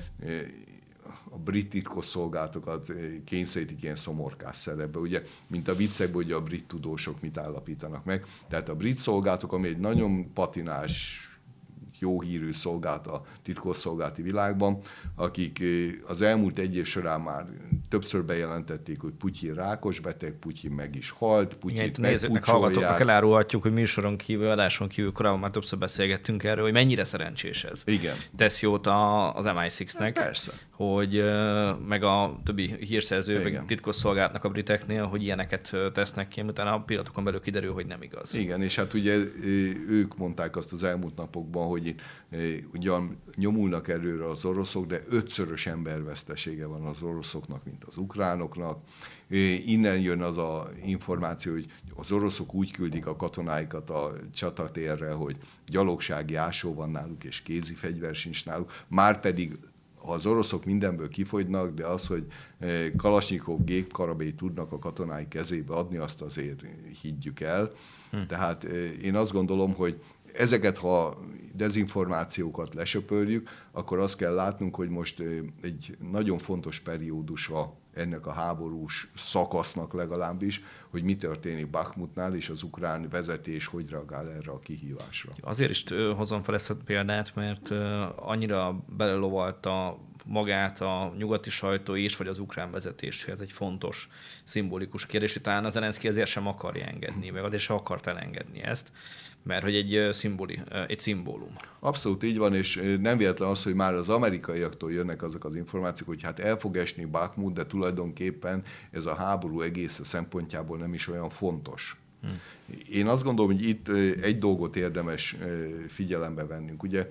a brit titkosszolgálatokat kényszerítik ilyen szomorkás szerepbe, ugye, mint a viccekben, hogy a brit tudósok mit állapítanak meg. Tehát a brit szolgálatok, ami egy nagyon patinás, jó hírű szolgált a titkosszolgálati világban, akik az elmúlt egy év során már többször bejelentették, hogy Putyin rákos beteg, Putyin meg is halt, Putyint nézőknek, hallgatóknak elárulhatjuk, hogy műsoron kívül, adáson kívül korábban már többször beszélgettünk erről, hogy mennyire szerencsés ez. Igen. Tesz jót az MI6-nek, persze, hogy meg a többi hírszerző, meg titkosszolgálatnak a briteknél, hogy ilyeneket tesznek ki, utána a pillanatokon belül kiderül, hogy nem igaz. Igen, és hát ugye ők mondták azt az elmúlt napokban, hogy ugyan nyomulnak előre az oroszok, de 5-szörös embervesztesége van az oroszoknak, mint az ukránoknak. Innen jön az az információ, hogy az oroszok úgy küldik a katonáikat a csatatérre, hogy gyalogsági ásó van náluk, és kézi fegyver sincs náluk. Márpedig az oroszok mindenből kifogynak, de az, hogy Kalasnyikov gépkarabélyt tudnak a katonái kezébe adni, azt azért higgyük el. Tehát én azt gondolom, hogy ezeket, ha dezinformációkat lesöpörjük, akkor azt kell látnunk, hogy most egy nagyon fontos periódusa ennek a háborús szakasznak legalábbis, hogy mi történik Bakhmutnál, és az ukrán vezetés hogy reagál erre a kihívásra. Azért is hozom fel ezt a példát, mert annyira belelovalta magát a nyugati sajtó és vagy az ukrán vezetés, hogy ez egy fontos, szimbolikus kérdés, hogy talán a Zelenszky ezért sem akarja engedni, meg azért sem akart elengedni ezt, mert hogy egy szimbólum. Abszolút így van, és nem véletlen az, hogy már az amerikaiaktól jönnek azok az információk, hogy hát el fog esni Bakhmut, de tulajdonképpen ez a háború egész szempontjából nem is olyan fontos. Én azt gondolom, hogy itt egy dolgot érdemes figyelembe vennünk. Ugye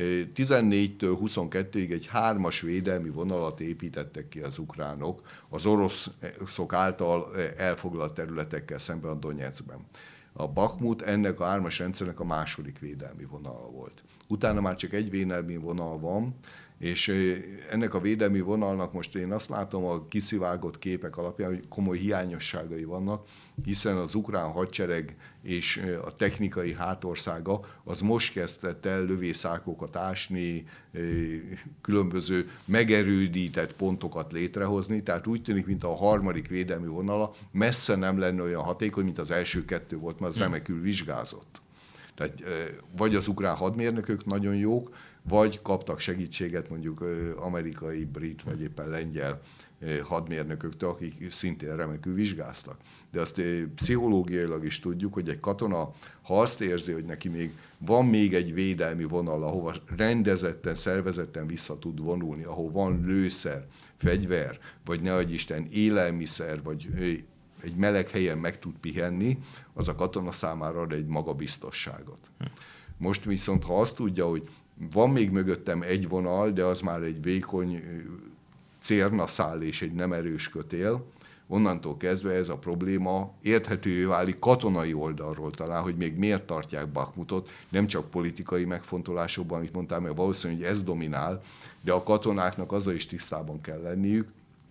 14-től 22-ig egy 3-as védelmi vonalat építettek ki az ukránok az oroszok által elfoglalt területekkel szemben a Donyeckben. A Bakhmut ennek a 3-as rendszernek a második védelmi vonala volt. Utána már csak egy védelmi vonal van, és ennek a védelmi vonalnak most én azt látom a kiszivárgott képek alapján, hogy komoly hiányosságai vannak, hiszen az ukrán hadsereg és a technikai hátországa az most kezdett el lövészárkokat ásni, különböző megerődített pontokat létrehozni, tehát úgy tűnik, mint a harmadik védelmi vonala messze nem lenne olyan hatékony, mint az első 2 volt, mert az remekül vizsgázott. Tehát vagy az ukrán hadmérnökök nagyon jók, vagy kaptak segítséget mondjuk amerikai, brit, vagy éppen lengyel hadmérnököktől, akik szintén remekül vizsgáztak. De azt pszichológiailag is tudjuk, hogy egy katona, ha azt érzi, hogy neki van még egy védelmi vonal, ahova rendezetten, szervezetten vissza tud vonulni, ahol van lőszer, fegyver, vagy ne adj Isten élelmiszer, vagy egy meleg helyen meg tud pihenni, az a katona számára ad egy magabiztosságot. Most viszont, ha azt tudja, hogy van még mögöttem egy vonal, de az már egy vékony cérnaszál és egy nem erős kötél, onnantól kezdve ez a probléma érthetővé válik katonai oldalról talán, hogy még miért tartják Bakhmutot, nem csak politikai megfontolásokban, amit mondtam, mert valószínűleg hogy ez dominál, de a katonáknak azzal is tisztában kell lenniük,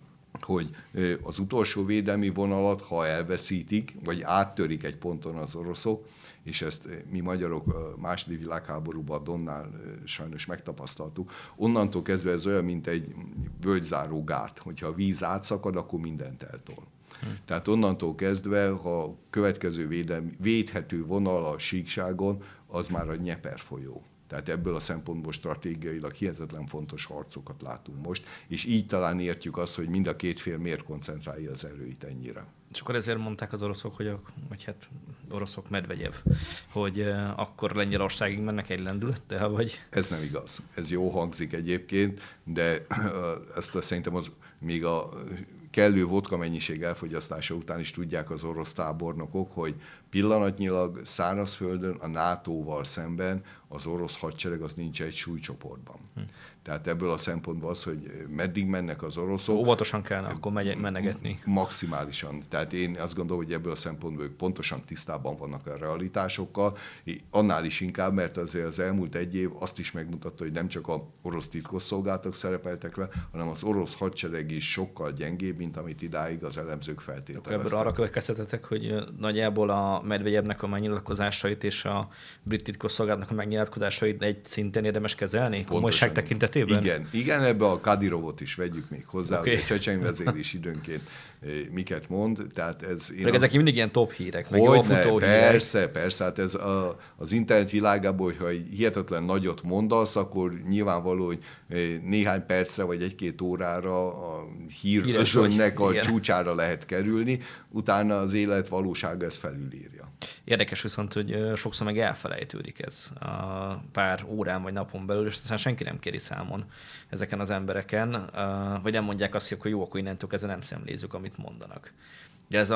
hogy az utolsó védelmi vonalat, ha elveszítik, vagy áttörik egy ponton az oroszok, és ezt mi magyarok a második világháborúban a Donnál sajnos megtapasztaltuk, onnantól kezdve ez olyan, mint egy völgyzáró gát, hogyha a víz átszakad, akkor mindent eltol. Tehát onnantól kezdve, ha a következő védhető vonal a síkságon, az már a Dnyeper folyó. Tehát ebből a szempontból stratégiailag hihetetlen fontos harcokat látunk most, és így talán értjük azt, hogy mind a két fél miért koncentrálja az erőit ennyire. És akkor ezért mondták az oroszok, vagy hát oroszok Medvegyev, hogy akkor Lengyelországig mennek egy lendülettel, vagy? Ez nem igaz. Ez jó hangzik egyébként, de ezt szerintem még a kellő vodka mennyiség elfogyasztása után is tudják az orosz tábornokok, hogy pillanatnyilag szárazföldön a NATO-val szemben az orosz hadsereg az nincs egy súlycsoportban. Tehát ebből a szempontból az, hogy meddig mennek az oroszok. Óvatosan kellene akkor menegetni. Maximálisan. Tehát én azt gondolom, hogy ebből a szempontból ők pontosan tisztában vannak a realitásokkal. Annál is inkább, mert azért az elmúlt egy év azt is megmutatta, hogy nem csak az orosz titkosszolgálatok szerepeltek le, hanem az orosz hadsereg is sokkal gyengébb, mint amit idáig az elemzők feltételeztek. Ebből arra következtetetek, hogy nagyjából a Medvegyevnek a megnyilatkozásait és a brit titkosszolgálatnak a megnyilatkozásait egy szinten érdemes kezelni? Komolyság tekintetében? Igen, ebbe a Kadirovot is vegyük még hozzá, okay. Hogy a Csecsen vezér is időnként miket mond. Tehát ezek mindig ilyen top hírek, meg jól futó hírek. Persze, hát ez az internet világában, hogyha hihetetlen nagyot mondasz, akkor nyilvánvaló, hogy néhány percre vagy egy-két órára a hírözönnek a csúcsára lehet kerülni, utána az élet valósága ezt felülírja. Érdekes viszont, hogy sokszor meg elfelejtődik ez a pár órán vagy napon belül, és aztán senki nem kéri számon ezeken az embereken, vagy nem mondják azt, hogy jó, akkor innentől kezdve nem szemlézzük, amit mondanak. De ez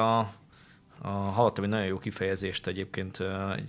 hallottam egy nagyon jó kifejezést egyébként,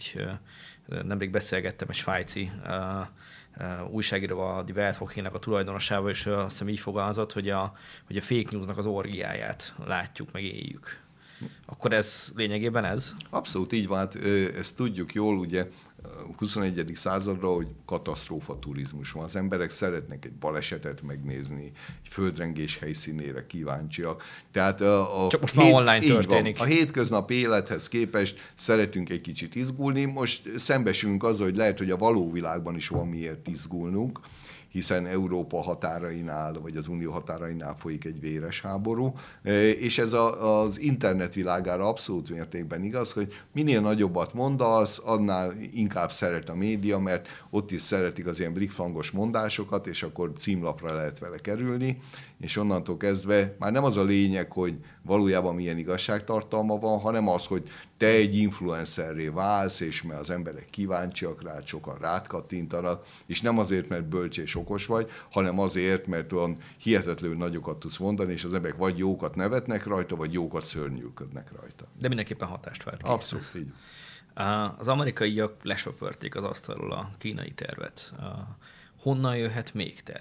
nemrég beszélgettem egy svájci újságíróval, a Die Weltwoche-nek a tulajdonosával, és azt hiszem így fogalmazott, hogy a fake newsnak az orgiáját látjuk, meg éljük. Akkor ez lényegében ez? Abszolút így van, hát ezt tudjuk jól, ugye a 21. századra, hogy katasztrófa turizmus van. Az emberek szeretnek egy balesetet megnézni, egy földrengés helyszínére kíváncsiak. Tehát csak most már online történik. A hétköznap élethez képest szeretünk egy kicsit izgulni. Most szembesülünk azzal, hogy lehet, hogy a való világban is van miért izgulnunk, hiszen Európa határainál, vagy az Unió határainál folyik egy véres háború, és ez az internet világára abszolút mértékben igaz, hogy minél nagyobbat mondasz, annál inkább szeret a média, mert ott is szeretik az ilyen blikfangos mondásokat, és akkor címlapra lehet vele kerülni, és onnantól kezdve már nem az a lényeg, hogy valójában milyen igazságtartalma van, hanem az, hogy te egy influencerré válsz, és mert az emberek kíváncsiak rád, sokan rád kattintanak, és nem azért, mert bölcs és okos vagy, hanem azért, mert olyan hihetetlenül nagyokat tudsz mondani, és az emberek vagy jókat nevetnek rajta, vagy jókat szörnyűködnek rajta. De mindenképpen hatást vált ki. Abszolút, így. Az amerikaiak lesöpörték az asztalról a kínai tervet. Honnan jöhet még terv?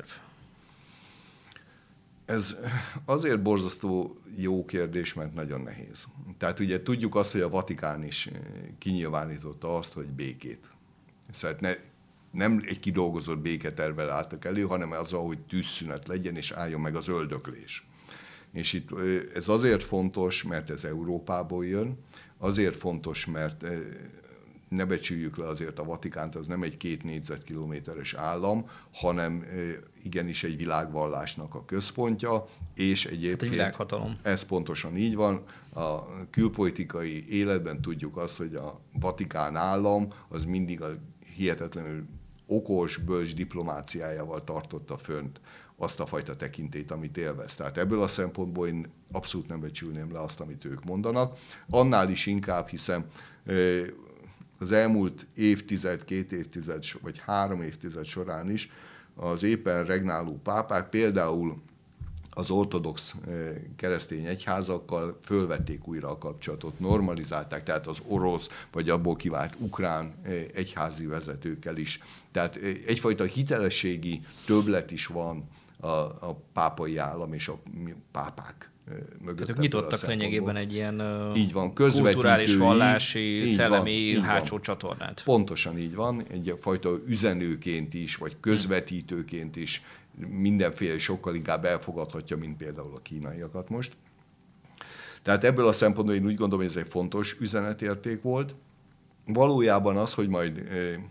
Ez azért borzasztó jó kérdés, mert nagyon nehéz. Tehát ugye tudjuk azt, hogy a Vatikán is kinyilvánította azt, hogy békét. Szóval nem egy kidolgozott béketervvel álltak elő, hanem azzal, hogy tűzszünet legyen, és álljon meg az öldöklés. És itt ez azért fontos, mert ez Európából jön, azért fontos, mert ne becsüljük le azért a Vatikánt, az nem egy 2 négyzetkilométeres állam, hanem igenis egy világvallásnak a központja, és egyébként egy világhatalom. Ez pontosan így van. A külpolitikai életben tudjuk azt, hogy a Vatikán állam az mindig a hihetetlenül okos, bölcs diplomáciájával tartotta fönt azt a fajta tekintét, amit élvez. Tehát ebből a szempontból én abszolút nem becsülném le azt, amit ők mondanak. Annál is inkább, hiszen az elmúlt évtized, 2 évtized, vagy 3 évtized során is az éppen regnáló pápák például az ortodox keresztény egyházakkal fölvették újra a kapcsolatot, normalizálták, tehát az orosz, vagy abból kivált ukrán egyházi vezetőkkel is. Tehát egyfajta hitelességi többlet is van a pápai állam és a pápák mögött. Tehát ők nyitottak lényegében egy ilyen így van, kulturális, vallási, szellemi hátsó csatornát. Pontosan így van, egyfajta üzenőként is, vagy közvetítőként is mindenféle sokkal inkább elfogadhatja, mint például a kínaiakat most. Tehát ebből a szempontból én úgy gondolom, hogy ez egy fontos üzenetérték volt. Valójában az, hogy majd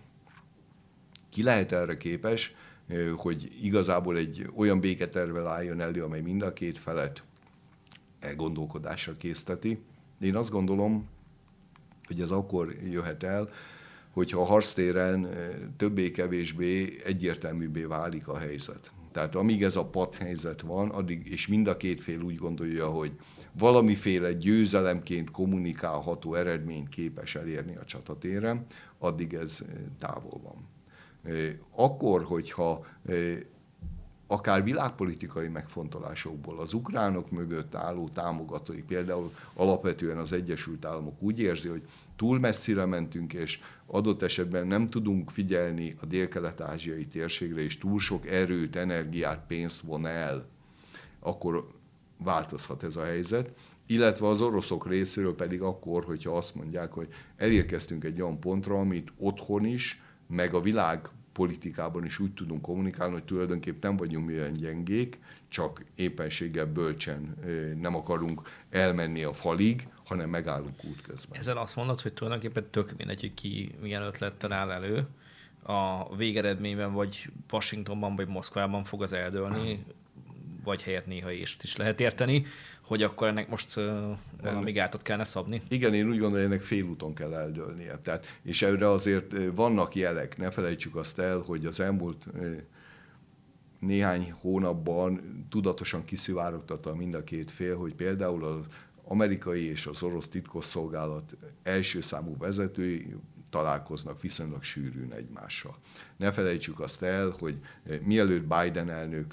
ki lehet erre képes, hogy igazából egy olyan béketervvel álljon elő, amely mind a két felet elgondolkodásra készteti. Én azt gondolom, hogy ez akkor jöhet el, hogyha a harctéren többé-kevésbé egyértelműbbé válik a helyzet. Tehát amíg ez a patthelyzet van, addig, és mind a két fél úgy gondolja, hogy valamiféle győzelemként kommunikálható eredményt képes elérni a csatatéren, addig ez távol van. Akkor, hogyha akár világpolitikai megfontolásokból az ukránok mögött álló támogatói, például alapvetően az Egyesült Államok úgy érzi, hogy túl messzire mentünk, és adott esetben nem tudunk figyelni a dél-kelet-ázsiai térségre, és túl sok erőt, energiát, pénzt von el, akkor változhat ez a helyzet. Illetve az oroszok részéről pedig akkor, hogyha azt mondják, hogy elérkeztünk egy olyan pontra, amit otthon is, meg a világ politikában is úgy tudunk kommunikálni, hogy tulajdonképpen nem vagyunk olyan gyengék, csak éppenséggel bölcsen nem akarunk elmenni a falig, hanem megállunk útközben. Ezzel azt mondod, hogy tulajdonképpen tök mindegy, hogy ki milyen ötlettel áll elő, a végeredményben vagy Washingtonban, vagy Moszkvában fog az eldőlni, vagy helyett néha is lehet érteni, hogy akkor ennek most valami gátot kellene szabni. Igen, én úgy gondolom, hogy ennek félúton kell eldőlnie. Tehát, és erre azért vannak jelek, ne felejtsük azt el, hogy az elmúlt néhány hónapban tudatosan kiszivárogtatta mind a két fél, hogy például az amerikai és az orosz titkosszolgálat első számú vezetői találkoznak viszonylag sűrűn egymással. Ne felejtsük azt el, hogy mielőtt Biden elnök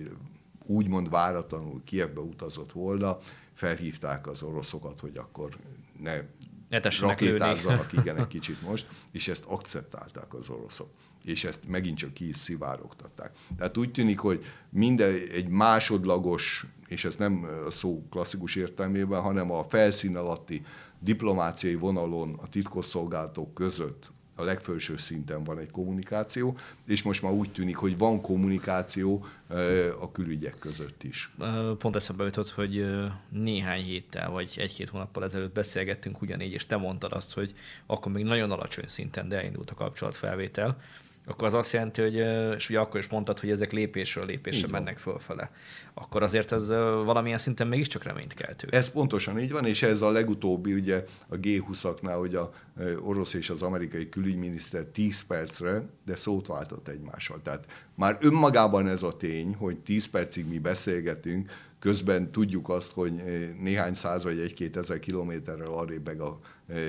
úgymond váratlanul Kijevbe utazott volna, felhívták az oroszokat, hogy akkor ne rakétázzanak, igen, egy kicsit most, és ezt akceptálták az oroszok. És ezt megint csak ki is szivárogtatták. Tehát úgy tűnik, hogy minden egy másodlagos, és ez nem a szó klasszikus értelmében, hanem a felszín alatti diplomáciai vonalon a titkosszolgálatok között a legfelső szinten van egy kommunikáció, és most már úgy tűnik, hogy van kommunikáció a külügyek között is. Pont eszembe jutott, hogy néhány héttel vagy egy-két hónappal ezelőtt beszélgettünk ugyanígy, és te mondtad azt, hogy akkor még nagyon alacsony szinten, de elindult a kapcsolatfelvétel. Akkor az azt jelenti, hogy, és ugye akkor is mondtad, hogy ezek lépésről lépésre mennek fölfele. Akkor azért ez valamilyen szinten mégiscsak reményt keltő. Ez pontosan így van, és ez a legutóbbi, ugye a G20-aknál, hogy a orosz és az amerikai külügyminiszter 10 percre, de szót váltott egymással. Tehát már önmagában ez a tény, hogy 10 percig mi beszélgetünk, közben tudjuk azt, hogy néhány száz vagy 1-2 ezer kilométerrel arrébb meg a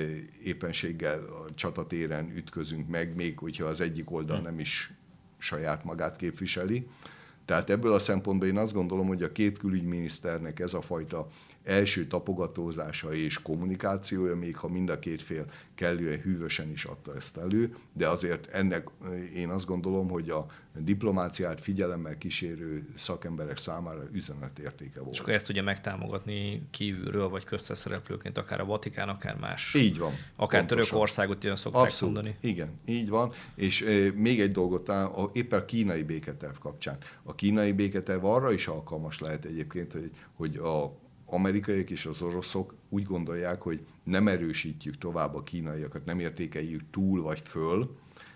éppenséggel a csatatéren ütközünk meg, még hogyha az egyik oldal nem is saját magát képviseli. Tehát ebből a szempontból én azt gondolom, hogy a két külügyminiszternek ez a fajta első tapogatózása és kommunikációja, még ha mind a két fél kellően hűvösen is adta ezt elő, de azért ennek én azt gondolom, hogy a diplomáciát figyelemmel kísérő szakemberek számára üzenetértéke volt. És akkor ezt tudja megtámogatni kívülről, vagy köztes szereplőként, akár a Vatikán, akár más. Így van. Akár Törökországot ilyen szokták abszolút mondani. Igen, így van. És még egy dolgot, éppen a kínai béketerv kapcsán. A kínai béketerv arra is alkalmas lehet egyébként, hogy a amerikaiak és az oroszok úgy gondolják, hogy nem erősítjük tovább a kínaiakat, nem értékeljük túl vagy föl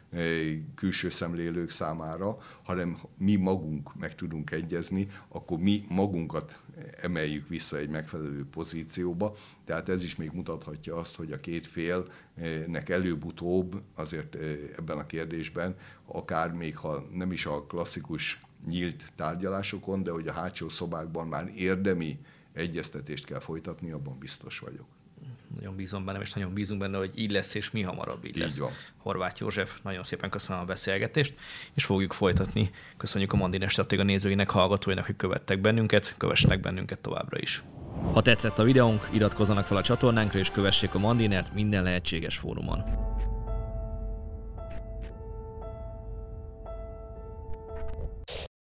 külső szemlélők számára, hanem mi magunk meg tudunk egyezni, akkor mi magunkat emeljük vissza egy megfelelő pozícióba. Tehát ez is még mutathatja azt, hogy a két félnek előbb-utóbb azért ebben a kérdésben, akár még ha nem is a klasszikus nyílt tárgyalásokon, de hogy a hátsó szobákban már érdemi egyeztetést kell folytatni, abban biztos vagyok. Nagyon bízom benne, és nagyon bízunk benne, hogy így lesz, és mi hamarabb így lesz. Van. Horváth József, nagyon szépen köszönöm a beszélgetést, és fogjuk folytatni. Köszönjük a Mandiner Stratégia nézőinek, hallgatóinak, hogy követtek bennünket, kövessenek bennünket továbbra is. Ha tetszett a videónk, iratkozzanak fel a csatornánkra, és kövessék a Mandinert minden lehetséges fórumon.